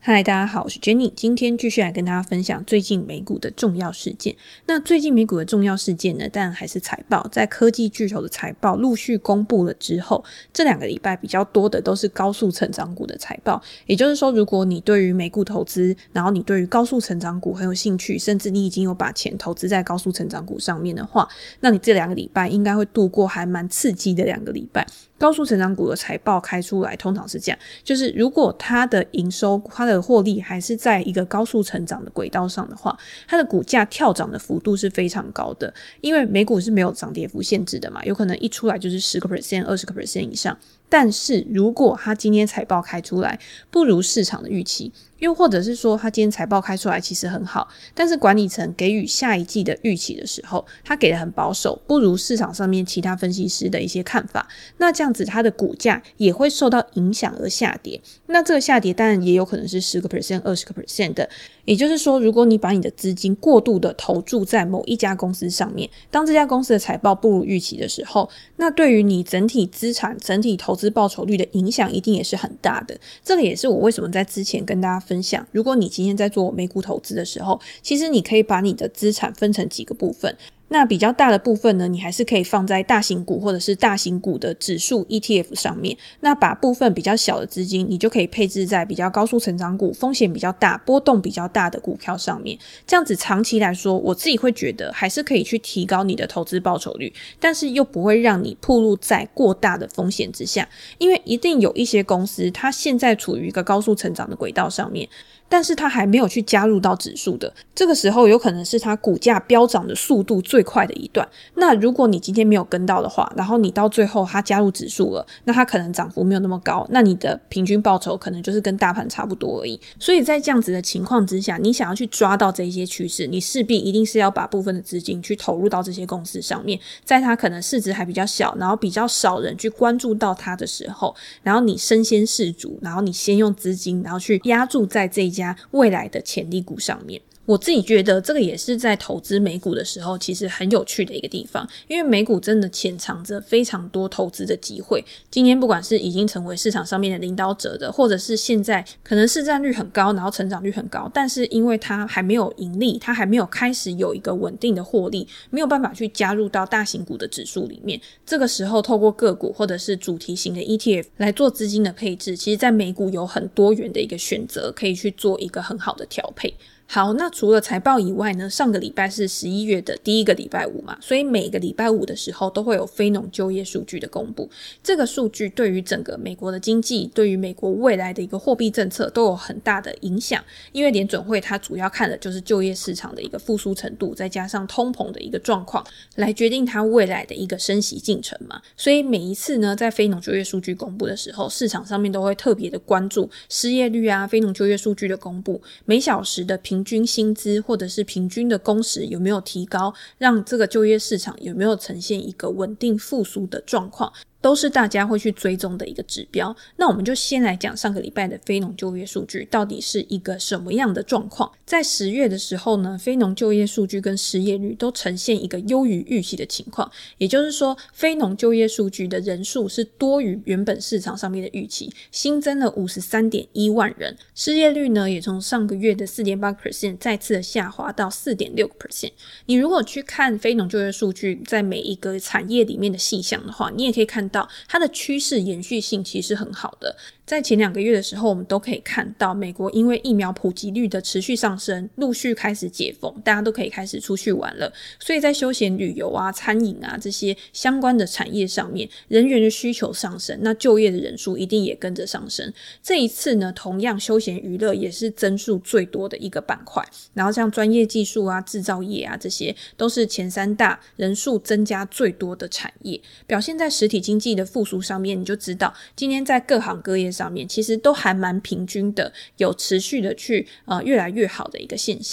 嗨，大家好，我是 Jenny， 今天继续来跟大家分享最近美股的重要事件。那最近美股的重要事件呢，当然还是财报。在科技巨头的财报陆续公布了之后，这2个礼拜比较多的都是高速成长股的财报。也就是说，如果你对于美股投资，然后你对于高速成长股很有兴趣，甚至你已经有把钱投资在高速成长股上面的话，那你这2个礼拜应该会度过还蛮刺激的2个礼拜。高速成长股的财报开出来通常是这样，就是如果它的营收、它的获利还是在一个高速成长的轨道上的话，它的股价跳涨的幅度是非常高的。因为美股是没有涨跌幅限制的嘛，有可能一出来就是 10%、20% 以上。但是如果它今天财报开出来不如市场的预期，又或者是说他今天财报开出来其实很好，但是管理层给予下一季的预期的时候，他给的很保守，不如市场上面其他分析师的一些看法，那这样子他的股价也会受到影响而下跌。那这个下跌当然也有可能是 10%、20% 的，也就是说如果你把你的资金过度的投注在某一家公司上面，当这家公司的财报不如预期的时候，那对于你整体资产、整体投资报酬率的影响一定也是很大的。这个也是我为什么在之前跟大家分享，如果你今天在做美股投资的时候，其实你可以把你的资产分成几个部分。那比较大的部分呢，你还是可以放在大型股或者是大型股的指数 ETF 上面，那把部分比较小的资金你就可以配置在比较高速成长股、风险比较大、波动比较大的股票上面。这样子长期来说，我自己会觉得还是可以去提高你的投资报酬率，但是又不会让你暴露在过大的风险之下。因为一定有一些公司它现在处于一个高速成长的轨道上面，但是它还没有去加入到指数的，这个时候有可能是它股价飙涨的速度最快的一段。那如果你今天没有跟到的话，然后你到最后它加入指数了，那它可能涨幅没有那么高，那你的平均报酬可能就是跟大盘差不多而已。所以在这样子的情况之下，你想要去抓到这一些趋势，你势必一定是要把部分的资金去投入到这些公司上面，在它可能市值还比较小，然后比较少人去关注到它的时候，然后你身先士卒，然后你先用资金然后去押注在这一家未来的潜力股上面。我自己觉得这个也是在投资美股的时候其实很有趣的一个地方，因为美股真的潜藏着非常多投资的机会。今天不管是已经成为市场上面的领导者的，或者是现在可能市占率很高，然后成长率很高，但是因为它还没有盈利，它还没有开始有一个稳定的获利，没有办法去加入到大型股的指数里面，这个时候透过个股或者是主题型的 ETF 来做资金的配置，其实在美股有很多元的一个选择，可以去做一个很好的调配。好，那除了财报以外呢，上个礼拜是11月的第一个礼拜五嘛，所以每个礼拜五的时候都会有非农就业数据的公布。这个数据对于整个美国的经济，对于美国未来的一个货币政策都有很大的影响，因为联准会它主要看的就是就业市场的一个复苏程度，再加上通膨的一个状况，来决定它未来的一个升息进程嘛。所以每一次呢，在非农就业数据公布的时候，市场上面都会特别的关注失业率啊、非农就业数据的公布，每小时的平均薪资或者是平均的工时有没有提高，让这个就业市场有没有呈现一个稳定复苏的状况，都是大家会去追踪的一个指标。那我们就先来讲上个礼拜的非农就业数据到底是一个什么样的状况。在10月的时候呢，非农就业数据跟失业率都呈现一个优于预期的情况，也就是说非农就业数据的人数是多于原本市场上面的预期，新增了 53.1 万人，失业率呢也从上个月的 4.8% 再次的下滑到 4.6%。 你如果去看非农就业数据在每一个产业里面的细项的话，你也可以看到它的趋势延续性其实很好的。在前2个月的时候，我们都可以看到美国因为疫苗普及率的持续上升，陆续开始解封，大家都可以开始出去玩了，所以在休闲旅游啊、餐饮啊这些相关的产业上面，人员的需求上升，那就业的人数一定也跟着上升。这一次呢，同样休闲娱乐也是增速最多的一个板块，然后像专业技术啊、制造业啊，这些都是前3大人数增加最多的产业。表现在实体经济的复苏上面，你就知道今天在各行各业上面其实都还蛮平均的，有持续的去越来越好的一个现象。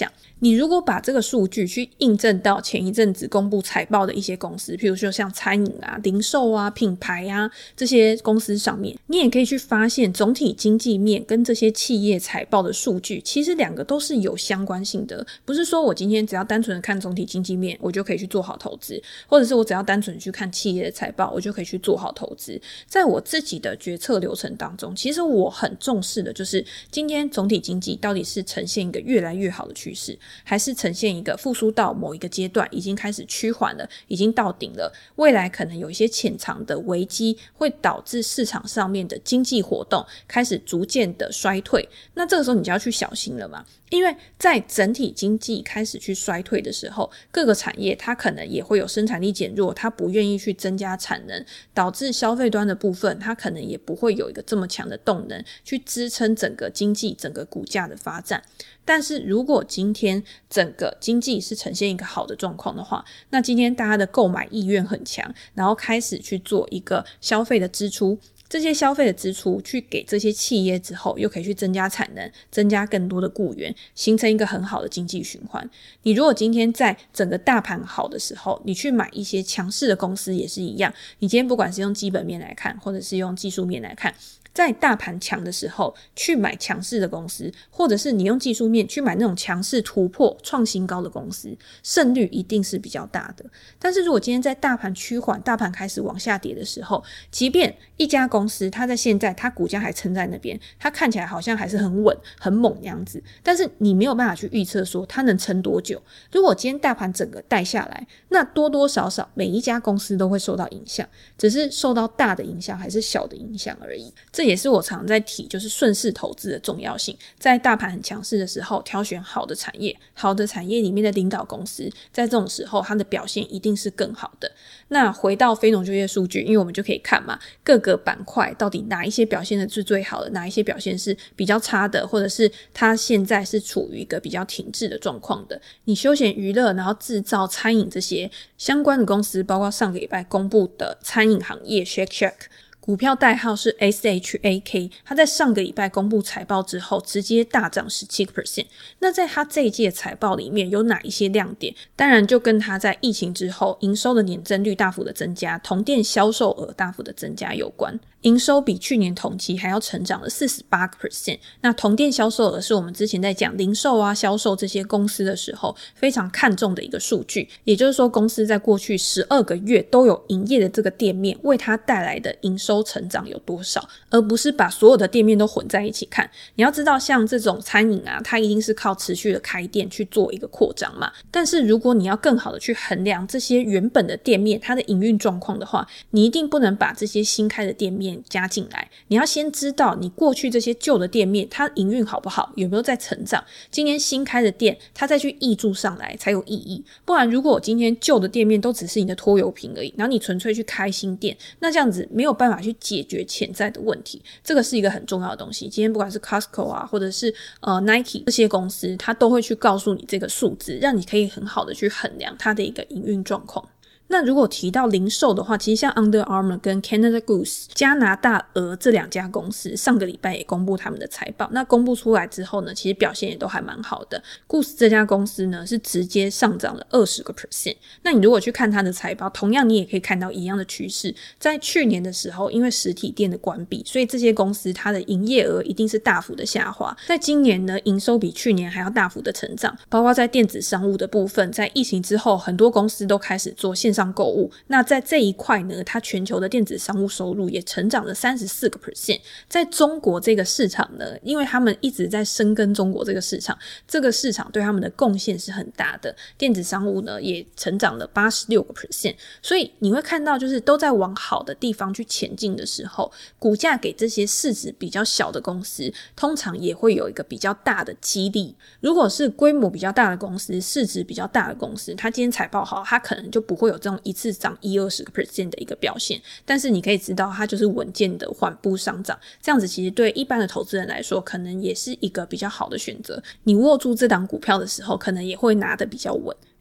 你如果把这个数据去印证到前一阵子公布财报的一些公司，譬如说像餐饮啊、零售啊、品牌啊这些公司上面，你也可以去发现总体经济面跟这些企业财报的数据，其实两个都是有相关性的。不是说我今天只要单纯的看总体经济面，我就可以去做好投资，或者是我只要单纯去看企业的财报，我就可以去做好投资。在我自己的决策流程当中，其实我很重视的就是今天总体经济到底是呈现一个越来越好的趋势，还是呈现一个复苏到某一个阶段已经开始趋缓了，已经到顶了，未来可能有一些潜藏的危机会导致市场上面的经济活动开始逐渐的衰退。那这个时候你就要去小心了嘛，因为在整体经济开始去衰退的时候，各个产业它可能也会有生产力减弱，它不愿意去增加产能，导致消费端的部分它可能也不会有一个这么强的动能去支撑整个经济整个股价的发展。但是如果今天整个经济是呈现一个好的状况的话，那今天大家的购买意愿很强，然后开始去做一个消费的支出，这些消费的支出去给这些企业之后，又可以去增加产能，增加更多的雇员，形成一个很好的经济循环。你如果今天在整个大盘好的时候，你去买一些强势的公司也是一样，你今天不管是用基本面来看，或者是用技术面来看，在大盘强的时候去买强势的公司，或者是你用技术面去买那种强势突破创新高的公司，胜率一定是比较大的。但是如果今天在大盘趋缓，大盘开始往下跌的时候，即便一家公司它在现在它股价还撑在那边，它看起来好像还是很稳很猛那样子，但是你没有办法去预测说它能撑多久。如果今天大盘整个带下来，那多多少少每一家公司都会受到影响，只是受到大的影响还是小的影响而已。这也是我常在提，就是顺势投资的重要性。在大盘很强势的时候，挑选好的产业，好的产业里面的领导公司，在这种时候它的表现一定是更好的。那回到非农就业数据，因为我们就可以看嘛，各个板块到底哪一些表现的是最好的，哪一些表现是比较差的，或者是它现在是处于一个比较停滞的状况的。你休闲娱乐，然后制造、餐饮这些相关的公司，包括上个礼拜公布的餐饮行业 Shake Shack，股票代号是 SHAK， 它在上个礼拜公布财报之后直接大涨 17%。 那在它这一届财报里面有哪一些亮点？当然就跟它在疫情之后营收的年增率大幅的增加，同店销售额大幅的增加有关。营收比去年同期还要成长了 48%。 那同店销售额是我们之前在讲零售啊、销售这些公司的时候非常看重的一个数据，也就是说公司在过去12个月都有营业的这个店面为它带来的营收成长有多少，而不是把所有的店面都混在一起看。你要知道像这种餐饮啊，它一定是靠持续的开店去做一个扩张嘛，但是如果你要更好的去衡量这些原本的店面它的营运状况的话，你一定不能把这些新开的店面加进来，你要先知道你过去这些旧的店面它营运好不好，有没有在成长，今天新开的店它再去挹注上来才有意义。不然如果今天旧的店面都只是你的拖油瓶而已，然后你纯粹去开新店，那这样子没有办法去解决潜在的问题，这个是一个很重要的东西。今天不管是 Costco 啊，或者是Nike 这些公司，它都会去告诉你这个数字，让你可以很好的去衡量它的一个营运状况。那如果提到零售的话，其实像 Under Armour 跟 Canada Goose 加拿大鹅这两家公司上个礼拜也公布他们的财报，那公布出来之后呢，其实表现也都还蛮好的。 Goose 这家公司呢是直接上涨了 20%。 那你如果去看它的财报，同样你也可以看到一样的趋势。在去年的时候，因为实体店的关闭，所以这些公司它的营业额一定是大幅的下滑。在今年呢，营收比去年还要大幅的成长，包括在电子商务的部分，在疫情之后很多公司都开始做线上购物，那在这一块呢，它全球的电子商务收入也成长了 34%。 在中国这个市场呢，因为他们一直在深耕中国这个市场，这个市场对他们的贡献是很大的，电子商务呢也成长了 86%。 所以你会看到就是都在往好的地方去前进的时候，股价给这些市值比较小的公司通常也会有一个比较大的激励。如果是规模比较大的公司，市值比较大的公司，它今天财报好，它可能就不会有这种一次涨10-20% 的一个表现，但是你可以知道它就是稳健的缓步上涨，这样子其实对一般的投资人来说可能也是一个比较好的选择。你握住这档股票的时候可能也会拿得比较稳。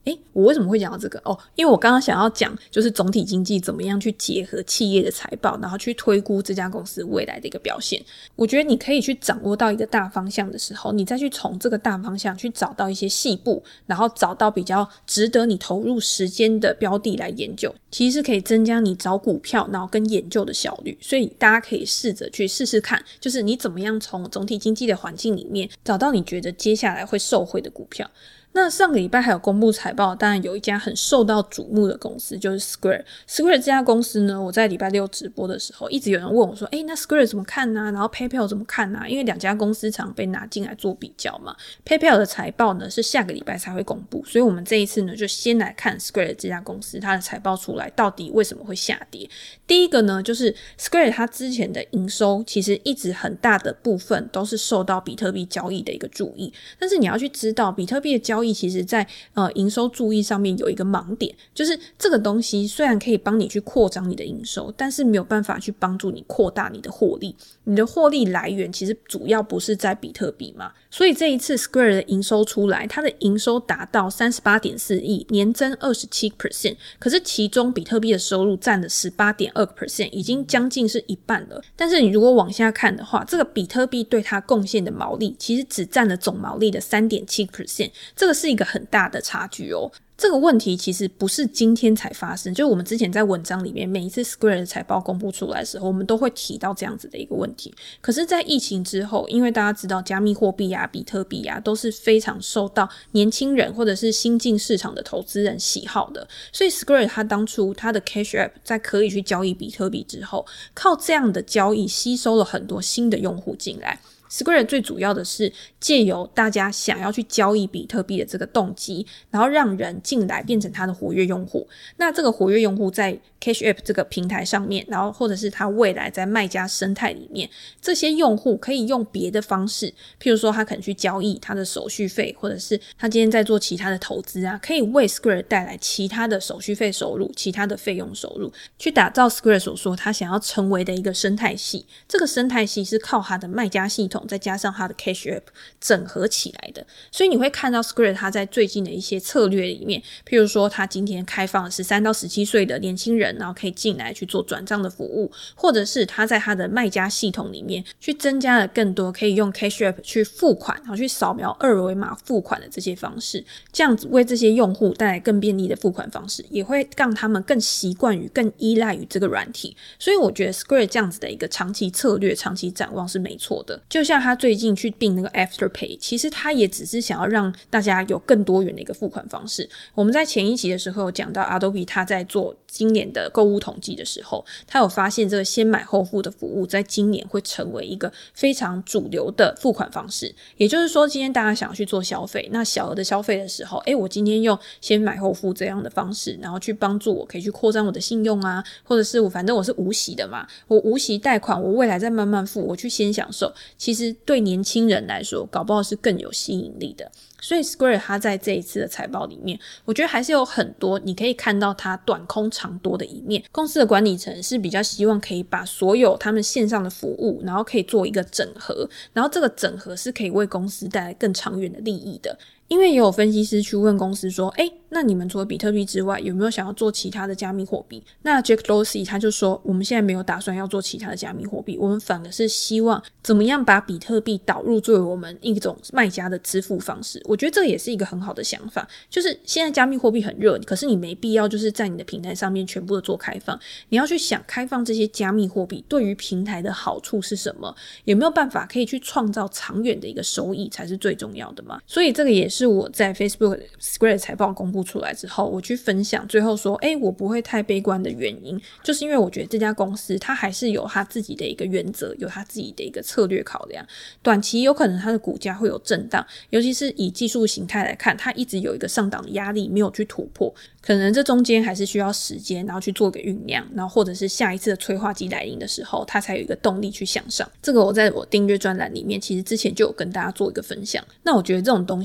我为什么会讲到这个因为我刚刚想要讲就是总体经济怎么样去结合企业的财报，然后去推估这家公司未来的一个表现。我觉得你可以去掌握到一个大方向的时候，你再去从这个大方向去找到一些细部，然后找到比较值得你投入时间的标的来研究，其实是可以增加你找股票然后跟研究的效率。所以大家可以试着去试试看，就是你怎么样从总体经济的环境里面找到你觉得接下来会受惠的股票。那上个礼拜还有公布财报，当然有一家很受到瞩目的公司就是 Square 这家公司呢，我在礼拜六直播的时候一直有人问我说那 Square 怎么看啊，然后 PayPal 怎么看啊，因为两家公司常被拿进来做比较嘛。 PayPal 的财报呢是下个礼拜才会公布，所以我们这一次呢就先来看 Square 这家公司它的财报出来到底为什么会下跌。第一个呢就是 Square 它之前的营收其实一直很大的部分都是受到比特币交易的一个注意，但是你要去知道比特币的交易其实在营收注意上面有一个盲点，就是这个东西虽然可以帮你去扩张你的营收，但是没有办法去帮助你扩大你的获利。你的获利来源其实主要不是在比特币嘛，所以这一次 Square 的营收出来，它的营收达到 38.4 亿，年增 27%， 可是其中比特币的收入占了 18.2%， 已经将近是一半了。但是你如果往下看的话，这个比特币对它贡献的毛利其实只占了总毛利的 3.7%， 这个是一个很大的差距哦。这个问题其实不是今天才发生，就是我们之前在文章里面每一次 Square 的财报公布出来的时候，我们都会提到这样子的一个问题。可是在疫情之后，因为大家知道加密货币啊、比特币啊都是非常受到年轻人或者是新进市场的投资人喜好的，所以 Square 它当初它的 Cash App 在可以去交易比特币之后，靠这样的交易吸收了很多新的用户进来。Square 最主要的是借由大家想要去交易比特币的这个动机，然后让人进来变成他的活跃用户。那这个活跃用户在 Cash App 这个平台上面，然后或者是他未来在卖家生态里面，这些用户可以用别的方式，譬如说他可能去交易他的手续费，或者是他今天在做其他的投资啊，可以为 Square 带来其他的手续费收入、其他的费用收入，去打造 Square 所说他想要成为的一个生态系。这个生态系是靠他的卖家系统再加上他的 Cash App 整合起来的。所以你会看到 Square 他在最近的一些策略里面，譬如说他今天开放了13到17岁的年轻人，然后可以进来去做转账的服务，或者是他在他的卖家系统里面去增加了更多可以用 Cash App 去付款，然后去扫描二维码付款的这些方式，这样子为这些用户带来更便利的付款方式，也会让他们更习惯于、更依赖于这个软体。所以我觉得 Square 这样子的一个长期策略、长期展望是没错的。就像他最近去并那个 Afterpay， 其实他也只是想要让大家有更多元的一个付款方式。我们在前一集的时候有讲到 Adobe 他在做今年的购物统计的时候，他有发现这个先买后付的服务在今年会成为一个非常主流的付款方式。也就是说今天大家想要去做消费，那小额的消费的时候，我今天用先买后付这样的方式，然后去帮助我可以去扩张我的信用啊，或者是反正我是无息的嘛，我无息贷款，我未来再慢慢付，我去先享受，其实对年轻人来说搞不好是更有吸引力的。所以 Square 它在这一次的财报里面，我觉得还是有很多你可以看到它短空长多的一面。公司的管理层是比较希望可以把所有他们线上的服务，然后可以做一个整合，然后这个整合是可以为公司带来更长远的利益的。因为也有分析师去问公司说，那你们除了比特币之外，有没有想要做其他的加密货币？那 Jack Dorsey 他就说，我们现在没有打算要做其他的加密货币，我们反而是希望怎么样把比特币导入作为我们一种卖家的支付方式。我觉得这也是一个很好的想法，就是现在加密货币很热，可是你没必要就是在你的平台上面全部的做开放，你要去想开放这些加密货币对于平台的好处是什么，有没有办法可以去创造长远的一个收益才是最重要的嘛。所以这个也是我在 Facebook Square 财报公布出来之后，我去分享最后说我不会太悲观的原因，就是因为我觉得这家公司它还是有它自己的一个原则，有它自己的一个策略考量。短期有可能它的股价会有震荡，尤其是以技术形态来看，它一直有一个上档的压力没有去突破，可能这中间还是需要时间，然后去做个酝酿，然后或者是下一次的催化剂来临的时候，它才有一个动力去向上。这个我在我订阅专栏里面其实之前就有跟大家做一个分享。那我觉得这种东西其实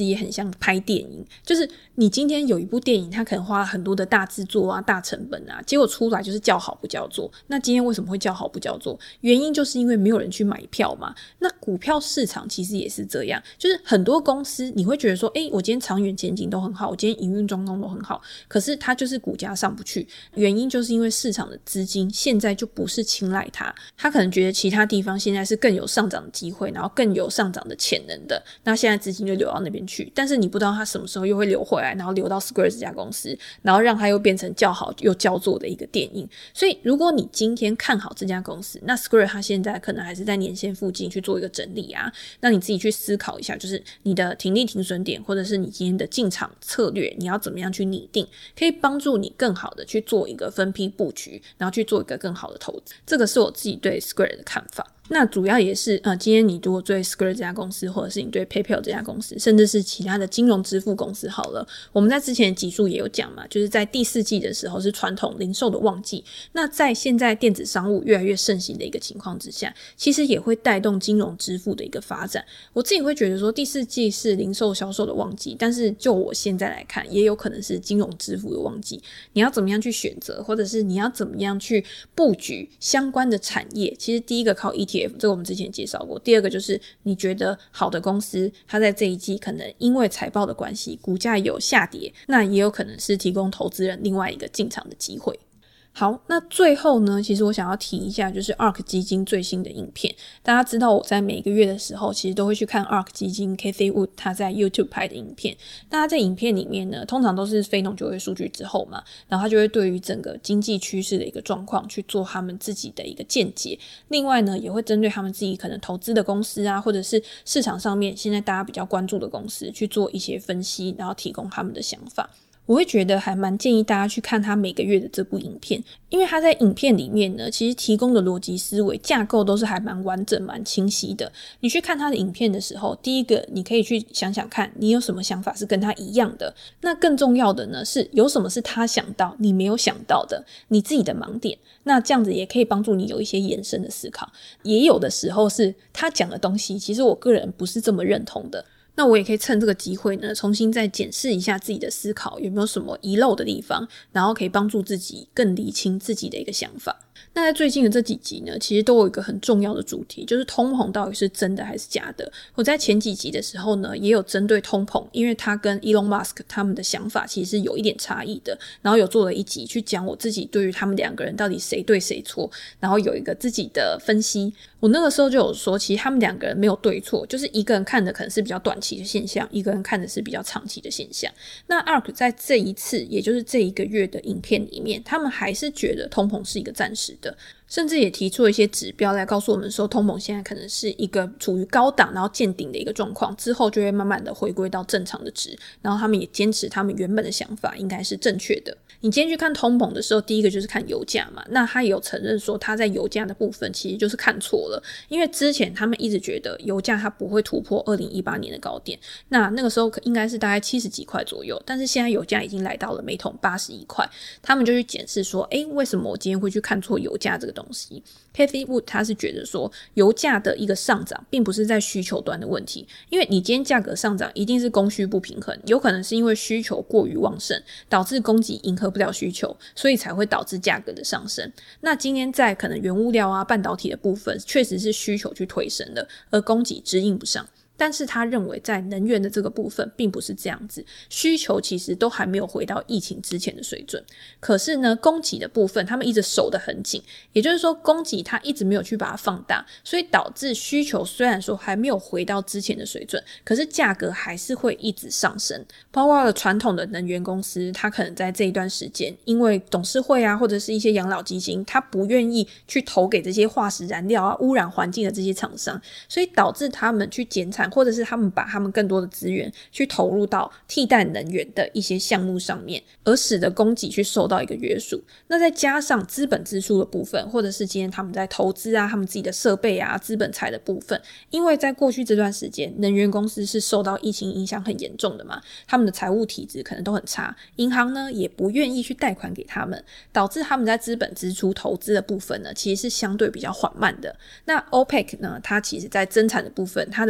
也很像拍电影，就是你今天有一部电影，它可能花了很多的大制作啊、大成本啊，结果出来就是叫好不叫座。那今天为什么会叫好不叫座？原因就是因为没有人去买票嘛。那股票市场其实也是这样，就是很多公司你会觉得说，我今天长远前景都很好，我今天营运状况都很好，可是它就是股价上不去，原因就是因为市场的资金现在就不是青睐它，他可能觉得其他地方现在是更有上涨的机会，然后更有上涨的潜能的，那现在资金就流到那边去，但是你不知道它什么时候又会流回来，然后流到 Square 这家公司，然后让它又变成较好又叫座的一个电影。所以如果你今天看好这家公司，那 Square 它现在可能还是在年线附近去做一个整理啊，那你自己去思考一下，就是你的停利停损点，或者是你今天的进场策略，你要怎么样去拟定，可以帮助你更好的去做一个分批布局，然后去做一个更好的投资。这个是我自己对 Square 的看法。那主要也是今天你如果对 Square 这家公司，或者是你对 PayPal 这家公司，甚至是其他的金融支付公司好了，我们在之前的集数也有讲嘛，就是在第4季的时候是传统零售的旺季，那在现在电子商务越来越盛行的一个情况之下，其实也会带动金融支付的一个发展。我自己会觉得说第4季是零售销售的旺季，但是就我现在来看，也有可能是金融支付的旺季。你要怎么样去选择，或者是你要怎么样去布局相关的产业，其实第一个靠 ETF，这个我们之前介绍过。第二个就是你觉得好的公司，它在这一季可能因为财报的关系，股价有下跌，那也有可能是提供投资人另外一个进场的机会。好，那最后呢，其实我想要提一下，就是 ARK 基金最新的影片。大家知道我在每个月的时候，其实都会去看 ARK 基金 Cathie Wood 他在 YouTube 拍的影片。那他在影片里面呢，通常都是非农就业数据之后嘛，然后他就会对于整个经济趋势的一个状况去做他们自己的一个见解。另外呢，也会针对他们自己可能投资的公司啊，或者是市场上面现在大家比较关注的公司去做一些分析，然后提供他们的想法。我会觉得还蛮建议大家去看他每个月的这部影片，因为他在影片里面呢，其实提供的逻辑思维架构都是还蛮完整蛮清晰的。你去看他的影片的时候，第一个你可以去想想看你有什么想法是跟他一样的，那更重要的呢是有什么是他想到你没有想到的，你自己的盲点，那这样子也可以帮助你有一些延伸的思考。也有的时候是他讲的东西其实我个人不是这么认同的，那我也可以趁这个机会呢，重新再检视一下自己的思考有没有什么遗漏的地方，然后可以帮助自己更厘清自己的一个想法。那在最近的这几集呢，其实都有一个很重要的主题，就是通膨到底是真的还是假的。我在前几集的时候呢，也有针对通膨，因为他跟 Elon Musk 他们的想法其实是有一点差异的，然后有做了一集去讲我自己对于他们两个人到底谁对谁错，然后有一个自己的分析。我那个时候就有说，其实他们两个人没有对错，就是一个人看的可能是比较短期的现象，一个人看的是比较长期的现象。那 ARK 在这一次，也就是这一个月的影片里面，他们还是觉得通膨是一个暂时的，甚至也提出了一些指标来告诉我们说，通膨现在可能是一个处于高档然后见顶的一个状况，之后就会慢慢的回归到正常的值，然后他们也坚持他们原本的想法应该是正确的。你今天去看通膨的时候，第一个就是看油价嘛，那他也有承认说他在油价的部分其实就是看错了，因为之前他们一直觉得油价它不会突破2018年的高点，那个时候应该是大概70几块左右，但是现在油价已经来到了每桶81块，他们就去检视说为什么我今天会去看错油价这个东西。Cathie Wood 他是觉得说油价的一个上涨并不是在需求端的问题，因为你今天价格上涨一定是供需不平衡，有可能是因为需求过于旺盛导致供给迎合不了需求，所以才会导致价格的上升。那今天在可能原物料啊半导体的部分确实是需求去推升的，而供给支应不上，但是他认为在能源的这个部分并不是这样子，需求其实都还没有回到疫情之前的水准，可是呢供给的部分他们一直守得很紧，也就是说供给他一直没有去把它放大，所以导致需求虽然说还没有回到之前的水准，可是价格还是会一直上升。包括了传统的能源公司，他可能在这一段时间因为董事会啊或者是一些养老基金，他不愿意去投给这些化石燃料啊污染环境的这些厂商，所以导致他们去减产，或者是他们把他们更多的资源去投入到替代能源的一些项目上面，而使得供给去受到一个约束。那再加上资本支出的部分，或者是今天他们在投资啊他们自己的设备啊资本财的部分，因为在过去这段时间能源公司是受到疫情影响很严重的嘛，他们的财务体质可能都很差，银行呢也不愿意去贷款给他们，导致他们在资本支出投资的部分呢其实是相对比较缓慢的。那 OPEC 呢，它其实在增产的部分它的步调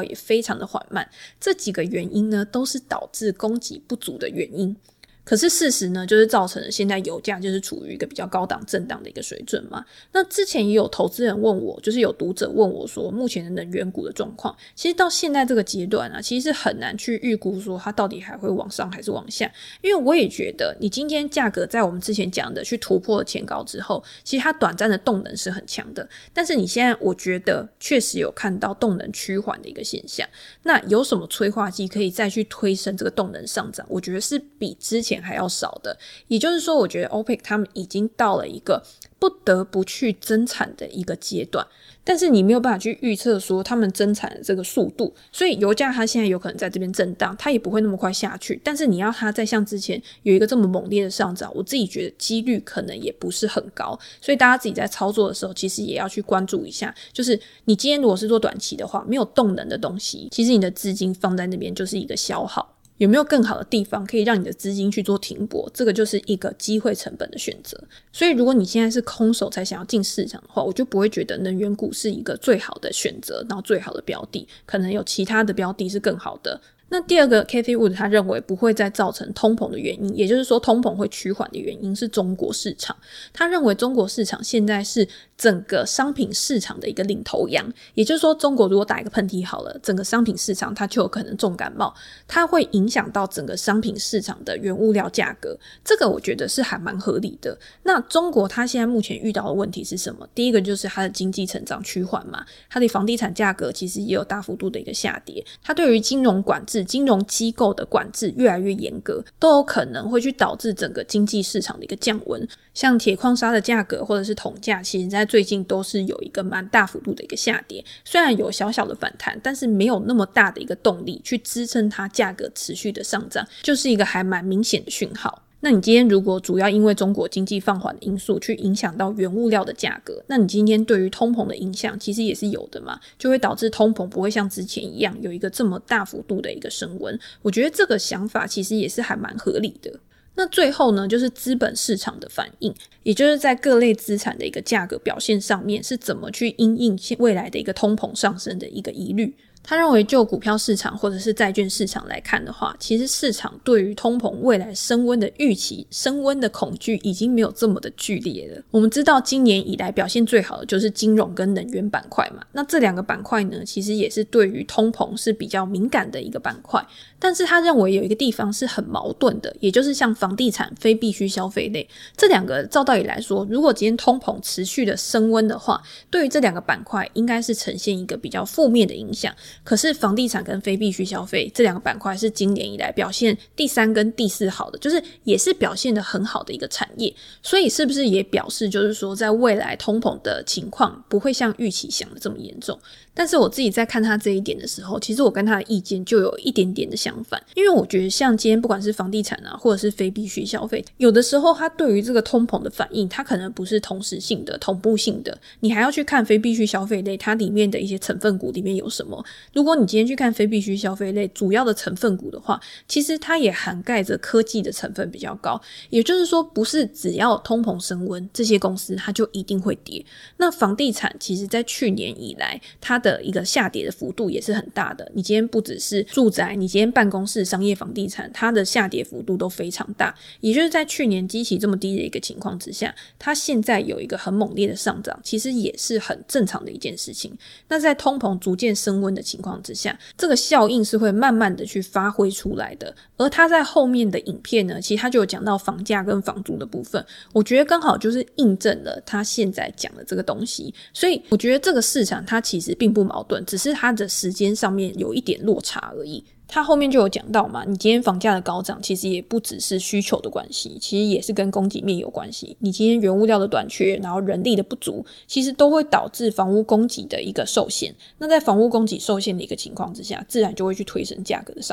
也非常的缓慢，这几个原因呢都是导致供给不足的原因。可是事实呢，就是造成了现在油价就是处于一个比较高档震荡的一个水准嘛。那之前也有投资人问我，就是有读者问我说目前的能源股的状况，其实到现在这个阶段啊，其实是很难去预估说它到底还会往上还是往下。因为我也觉得你今天价格在我们之前讲的去突破了前高之后，其实它短暂的动能是很强的，但是你现在我觉得确实有看到动能趋缓的一个现象。那有什么催化剂可以再去推升这个动能上涨？我觉得是比之前还要少的。也就是说，我觉得 OPEC 他们已经到了一个不得不去增产的一个阶段，但是你没有办法去预测说他们增产的这个速度，所以油价它现在有可能在这边震荡，它也不会那么快下去，但是你要它再像之前有一个这么猛烈的上涨，我自己觉得几率可能也不是很高。所以大家自己在操作的时候其实也要去关注一下，就是你今天如果是做短期的话，没有动能的东西，其实你的资金放在那边就是一个消耗，有没有更好的地方可以让你的资金去做停泊，这个就是一个机会成本的选择。所以如果你现在是空手才想要进市场的话，我就不会觉得能源股是一个最好的选择，然后最好的标的，可能有其他的标的是更好的。那第二个 Cathie Wood 他认为不会再造成通膨的原因，也就是说通膨会趋缓的原因是中国市场。他认为中国市场现在是整个商品市场的一个领头羊，也就是说中国如果打一个喷嚏好了，整个商品市场它就有可能重感冒，它会影响到整个商品市场的原物料价格，这个我觉得是还蛮合理的。那中国它现在目前遇到的问题是什么？第一个就是它的经济成长趋缓嘛，它的房地产价格其实也有大幅度的一个下跌，它对于金融管制、金融机构的管制越来越严格，都有可能会去导致整个经济市场的一个降温。像铁矿砂的价格或者是铜价，其实在最近都是有一个蛮大幅度的一个下跌，虽然有小小的反弹，但是没有那么大的一个动力去支撑它价格持续的上涨，就是一个还蛮明显的讯号。那你今天如果主要因为中国经济放缓的因素去影响到原物料的价格，那你今天对于通膨的影响其实也是有的嘛，就会导致通膨不会像之前一样有一个这么大幅度的一个升温。我觉得这个想法其实也是还蛮合理的。那最后呢，就是资本市场的反应，也就是在各类资产的一个价格表现上面是怎么去因应未来的一个通膨上升的一个疑虑。他认为就股票市场或者是债券市场来看的话，其实市场对于通膨未来升温的预期、升温的恐惧已经没有这么的剧烈了。我们知道今年以来表现最好的就是金融跟能源板块嘛，那这两个板块呢，其实也是对于通膨是比较敏感的一个板块。但是他认为有一个地方是很矛盾的，也就是像房地产、非必需消费类这两个，照道理来说，如果今天通膨持续的升温的话，对于这两个板块应该是呈现一个比较负面的影响。可是房地产跟非必需消费这两个板块是今年以来表现第3跟第4好的，就是也是表现得很好的一个产业，所以是不是也表示就是说在未来通膨的情况不会像预期想的这么严重。但是我自己在看他这一点的时候，其实我跟他的意见就有一点点的相反，因为我觉得像今天不管是房地产啊或者是非必需消费，有的时候它对于这个通膨的反应它可能不是同时性的、同步性的，你还要去看非必需消费类它里面的一些成分股里面有什么。如果你今天去看非必需消费类主要的成分股的话，其实它也涵盖着科技的成分比较高，也就是说不是只要通膨升温这些公司它就一定会跌。那房地产其实在去年以来它的一个下跌的幅度也是很大的，你今天不只是住宅，你今天办公室、商业房地产它的下跌幅度都非常大，也就是在去年基期这么低的一个情况之下，它现在有一个很猛烈的上涨，其实也是很正常的一件事情。那在通膨逐渐升温的情况之下，这个效应是会慢慢的去发挥出来的。而他在后面的影片呢，其实他就有讲到房价跟房租的部分，我觉得刚好就是印证了他现在讲的这个东西。所以我觉得这个市场它其实并不矛盾，只是它的时间上面有一点落差而已。他后面就有讲到嘛，你今天房价的高涨其实也不只是需求的关系，其实也是跟供给面有关系。你今天原物料的短缺，然后人力的不足，其实都会导致房屋供给的一个受限。那在房屋供给受限的一个情况之下，自然就会去推升价格的上涨。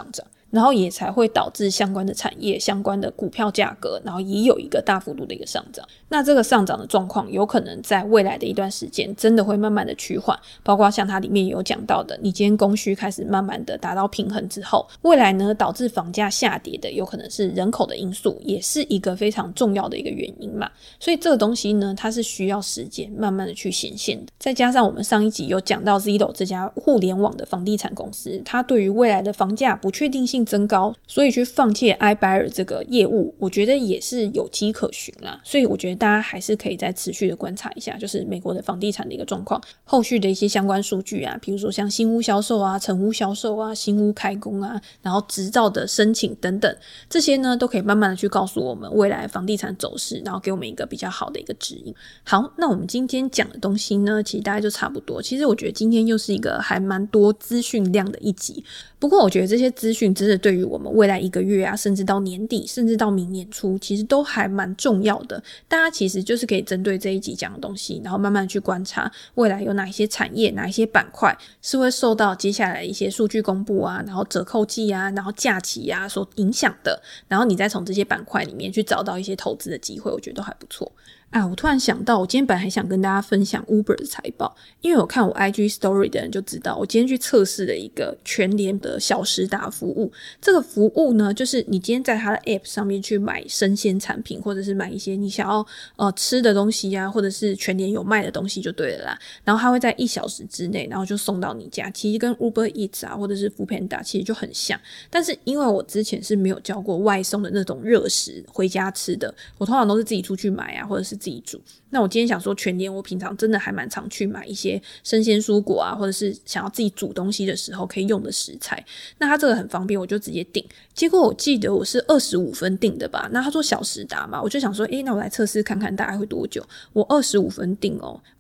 然后也才会导致相关的产业、相关的股票价格，然后也有一个大幅度的一个上涨。那这个上涨的状况有可能在未来的一段时间真的会慢慢的趋缓，包括像它里面有讲到的，你今天供需开始慢慢的达到平衡之后，未来呢导致房价下跌的有可能是人口的因素，也是一个非常重要的一个原因嘛。所以这个东西呢，它是需要时间慢慢的去显现的。再加上我们上一集有讲到 Zillow 这家互联网的房地产公司，它对于未来的房价不确定性增高，所以去放弃 iBuyer 这个业务，我觉得也是有迹可循啦。所以我觉得大家还是可以再持续的观察一下，就是美国的房地产的一个状况，后续的一些相关数据啊，比如说像新屋销售啊、成屋销售啊、新屋开工啊，然后执照的申请等等，这些呢都可以慢慢的去告诉我们未来房地产走势，然后给我们一个比较好的一个指引。好，那我们今天讲的东西呢，其实大概就差不多。其实我觉得今天又是一个还蛮多资讯量的一集，不过我觉得这些资讯真的对于我们未来1个月啊，甚至到年底，甚至到明年初，其实都还蛮重要的。大家其实就是可以针对这一集讲的东西，然后慢慢去观察未来有哪一些产业、哪一些板块是会受到接下来一些数据公布啊，然后折扣季啊，然后假期啊所影响的，然后你再从这些板块里面去找到一些投资的机会，我觉得都还不错。我突然想到，我今天本来还想跟大家分享 Uber 的财报，因为我看我 IG Story 的人就知道，我今天去测试了一个全联的小时达服务。这个服务呢，就是你今天在它的 App 上面去买生鲜产品，或者是买一些你想要吃的东西啊，或者是全联有卖的东西就对了啦。然后它会在1小时之内，然后就送到你家。其实跟 Uber Eats 啊，或者是 Foodpanda 其实就很像，但是因为我之前是没有教过外送的那种热食回家吃的，我通常都是自己出去买啊，或者是自己煮。那我今天想说全联我平常真的还蛮常去买一些生鲜蔬果啊，或者是想要自己煮东西的时候可以用的食材，那它这个很方便，我就直接订。结果我记得我是25分订的吧，那他说小时达嘛，我就想说那我来测试看看大概会多久。我25分订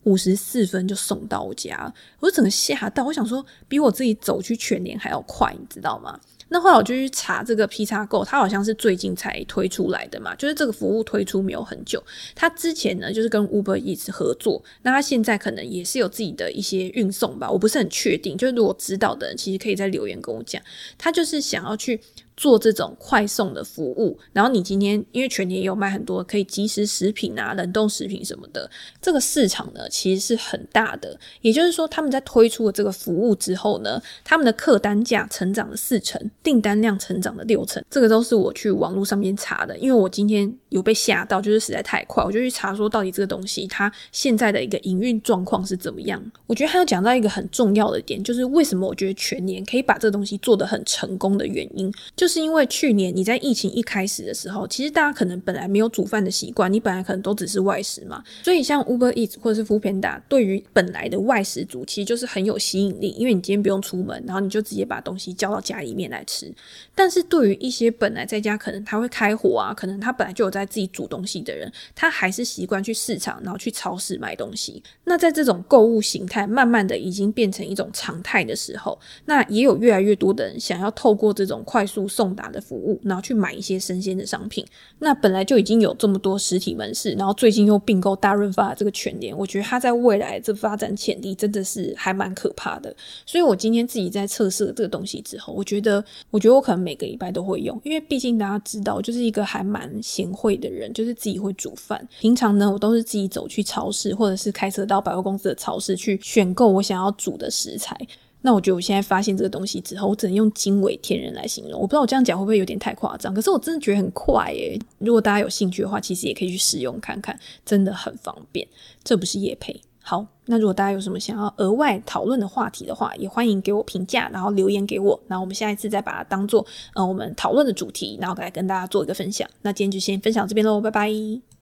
54分就送到我家了，我就整个吓到，我想说比我自己走去全联还要快，你知道吗？那后来我就去查这个 Pizzago， 它好像是最近才推出来的嘛，就是这个服务推出没有很久。它之前呢就是跟 Uber Eats 合作，那它现在可能也是有自己的一些运送吧，我不是很确定，就是如果知道的人其实可以在留言跟我讲。它就是想要去做这种快送的服务，然后你今天因为全联也有卖很多可以即时食品啊、冷冻食品什么的，这个市场呢其实是很大的。也就是说他们在推出了这个服务之后呢，他们的客单价成长了4成，订单量成长了6成，这个都是我去网络上面查的。因为我今天有被吓到，就是实在太快，我就去查说到底这个东西它现在的一个营运状况是怎么样。我觉得还有讲到一个很重要的点，就是为什么我觉得全联可以把这个东西做得很成功的原因，就是因为去年你在疫情一开始的时候，其实大家可能本来没有煮饭的习惯，你本来可能都只是外食嘛，所以像 Uber Eats 或者是 Foodpanda 对于本来的外食族其实就是很有吸引力，因为你今天不用出门，然后你就直接把东西交到家里面来吃。但是对于一些本来在家可能他会开火啊，可能他本来就有在自己煮东西的人，他还是习惯去市场然后去超市买东西。那在这种购物形态慢慢的已经变成一种常态的时候，那也有越来越多的人想要透过这种快速送达的服务，然后去买一些生鲜的商品。那本来就已经有这么多实体门市，然后最近又并购大润发的这个全联，我觉得它在未来这发展潜力真的是还蛮可怕的。所以我今天自己在测试了这个东西之后，我觉得我可能每个礼拜都会用，因为毕竟大家知道我就是一个还蛮贤惠的人，就是自己会煮饭。平常呢我都是自己走去超市，或者是开车到百货公司的超市去选购我想要煮的食材。那我觉得我现在发现这个东西之后，我只能用惊为天人来形容。我不知道我这样讲会不会有点太夸张，可是我真的觉得很快耶。如果大家有兴趣的话，其实也可以去试用看看，真的很方便。这不是业配。好，那如果大家有什么想要额外讨论的话题的话，也欢迎给我评价，然后留言给我，然后我们下一次再把它当做我们讨论的主题，然后来跟大家做一个分享。那今天就先分享这边咯，拜拜。